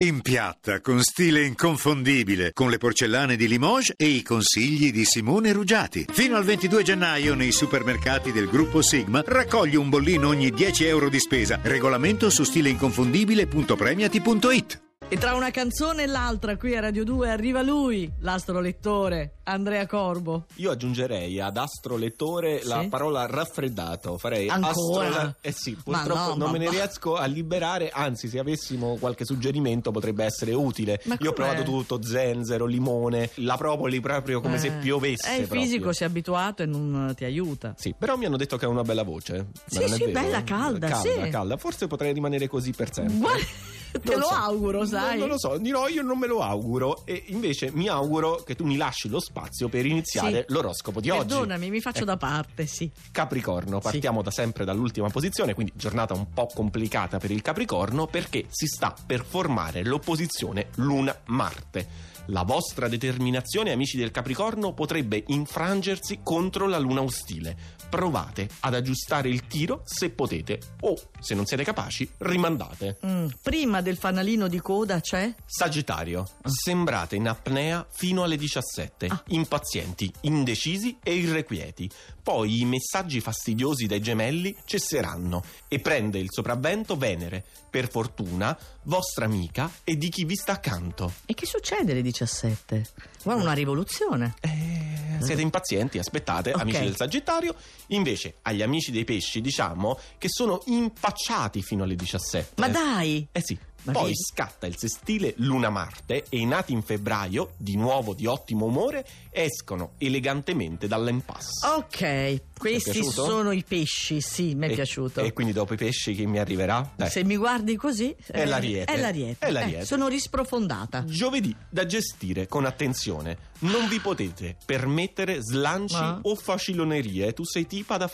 In piatta, con stile inconfondibile, con le porcellane di Limoges e i consigli di Simone Ruggiati. Fino al 22 gennaio nei supermercati del gruppo Sigma raccogli un bollino ogni 10 euro di spesa. Regolamento su stileinconfondibile.premiati.it. E tra una canzone e l'altra qui a Radio 2 arriva lui, l'astrolettore, Andrea Corbo. Io aggiungerei ad astrolettore la parola raffreddato. Farei ancora? Sì, purtroppo non me ne riesco a liberare. Anzi, se avessimo qualche suggerimento potrebbe essere utile. Io ho provato tutto: zenzero, limone, la propoli, proprio come se piovesse. Il fisico si è abituato e non ti aiuta. Sì, però mi hanno detto che è una bella voce. Sì, bella, calda. Calda. Forse potrei rimanere così per sempre. Te lo auguro, sai? Non lo so, dirò, io non me lo auguro. E invece mi auguro che tu mi lasci lo spazio per iniziare l'oroscopo di oggi. Perdonami, mi faccio da parte, Capricorno, partiamo da sempre dall'ultima posizione, quindi giornata un po' complicata per il Capricorno, perché si sta per formare l'opposizione Luna-Marte. La vostra determinazione, amici del Capricorno, potrebbe infrangersi contro la Luna ostile. Provate ad aggiustare il tiro se potete, o se non siete capaci, rimandate. Prima del fanalino di coda c'è? Sagittario, sembrate in apnea fino alle 17, impazienti, indecisi e irrequieti. Poi i messaggi fastidiosi dai gemelli cesseranno e prende il sopravvento Venere, per fortuna vostra amica e di chi vi sta accanto. E che succede alle 17? Guarda, una rivoluzione. Siete impazienti, aspettate, amici del Sagittario. Invece agli amici dei Pesci diciamo che sono impacciati fino alle 17. Ma dai! Sì. Poi scatta il sestile Luna-Marte e i nati in febbraio, di nuovo di ottimo umore, escono elegantemente dall'impasse. Ok, questi sono i pesci, sì, mi è piaciuto. E quindi dopo i pesci chi mi arriverà? Se mi guardi così... È l'Ariete. È l'Ariete. Sono risprofondata. Giovedì, da gestire con attenzione. Non vi potete permettere slanci o facilonerie. Tu sei tipa da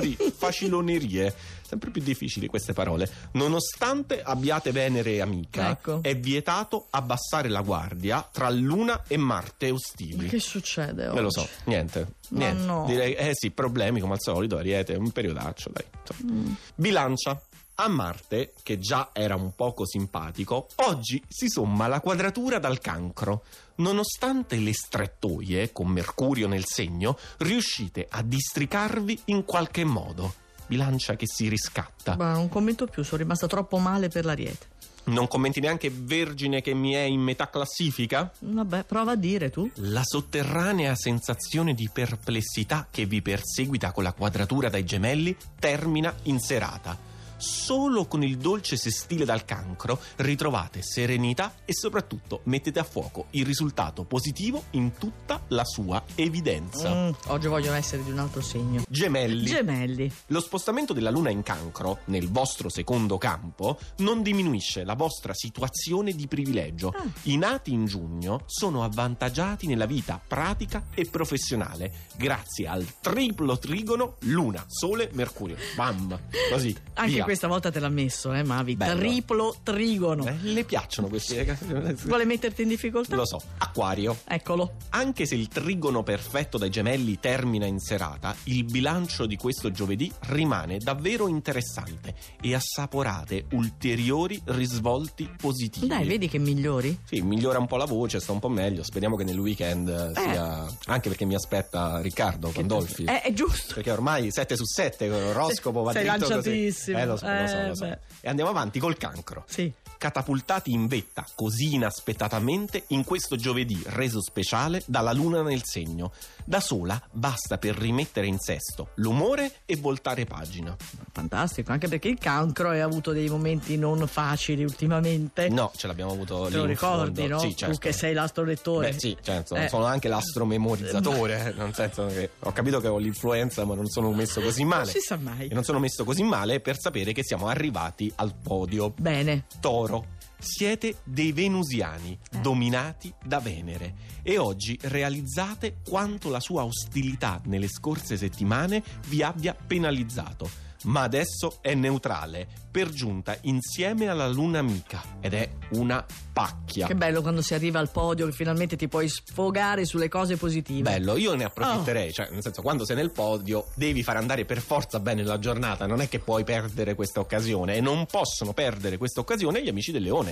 facilonerie. Sempre più difficili queste parole. Nonostante abbiate Venere amica, è vietato abbassare la guardia tra Luna e Marte ostili. Ma che succede oggi? Me lo so, niente. No. Direi, problemi come al solito, Ariete, un periodaccio, dai. Bilancia. A Marte, che già era un poco simpatico, oggi si somma la quadratura dal Cancro. Nonostante le strettoie, con Mercurio nel segno, riuscite a districarvi in qualche modo. Bilancia che si riscatta. Non commento più, sono rimasta troppo male per l'Ariete. Non commenti neanche Vergine che mi è in metà classifica? Vabbè, prova a dire tu. La sotterranea sensazione di perplessità che vi perseguita con la quadratura dai Gemelli termina in serata. Solo con il dolce sestile dal Cancro ritrovate serenità e soprattutto mettete a fuoco il risultato positivo in tutta la sua evidenza. Oggi voglio essere di un altro segno. Gemelli. Lo spostamento della Luna in Cancro, nel vostro secondo campo, non diminuisce la vostra situazione di privilegio. I nati in giugno sono avvantaggiati nella vita pratica e professionale grazie al triplo trigono Luna, Sole, Mercurio. Bam! Così. Anche via. Questa volta te l'ha messo, Mavi. Bello. Triplo trigono. Le piacciono questi. Vuole metterti in difficoltà? Lo so. Acquario. Eccolo. Anche se il trigono perfetto dai Gemelli termina in serata, il bilancio di questo giovedì rimane davvero interessante e assaporate ulteriori risvolti positivi. Dai, vedi che migliori? Sì, migliora un po' la voce, sta un po' meglio. Speriamo che nel weekend sia. Anche perché mi aspetta Riccardo Pandolfi. È giusto. Perché ormai 7 su 7 l'oroscopo va sei dritto lanciatissimo. Così. Lo so. E andiamo avanti col Cancro. Sì. Catapultati in vetta così inaspettatamente in questo giovedì reso speciale dalla Luna nel segno. Da sola basta per rimettere in sesto l'umore e voltare pagina. Fantastico, anche perché il Cancro ha avuto dei momenti non facili ultimamente. No, ce l'abbiamo avuto lì. Te lo ricordi, no? Sì, certo. Tu che sei l'astrolettore. Sì, certo. Sono anche l'astromemorizzatore. Nel senso che ho capito che ho l'influenza, ma non sono messo così male. Non si sa mai. E non sono messo così male per sapere che siamo arrivati al podio. Bene. Toro. Siete dei venusiani dominati da Venere e oggi realizzate quanto la sua ostilità nelle scorse settimane vi abbia penalizzato. Ma adesso è neutrale, per giunta insieme alla Luna amica, ed è una pacchia. Che bello quando si arriva al podio, che finalmente ti puoi sfogare sulle cose positive. Bello, io ne approfitterei, cioè nel senso, quando sei nel podio devi far andare per forza bene la giornata, non è che puoi perdere questa occasione, e non possono perdere questa occasione gli amici del Leone.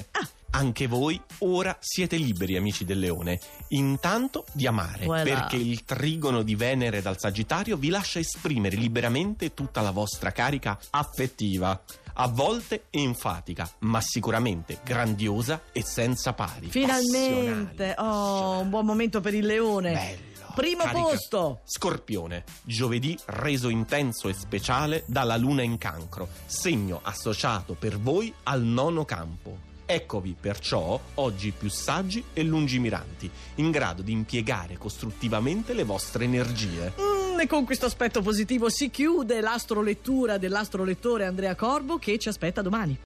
Anche voi ora siete liberi, amici del Leone, intanto di amare, Voilà. perché il trigono di Venere dal Sagittario vi lascia esprimere liberamente tutta la vostra carica affettiva, a volte enfatica, ma sicuramente grandiosa e senza pari. Finalmente, un buon momento per il Leone. Bello. Primo Carica. posto. Scorpione, giovedì reso intenso e speciale dalla Luna in Cancro, segno associato per voi al 9° campo. Eccovi perciò oggi più saggi e lungimiranti, in grado di impiegare costruttivamente le vostre energie. E con questo aspetto positivo si chiude l'astrolettura dell'astrolettore Andrea Corbo, che ci aspetta domani.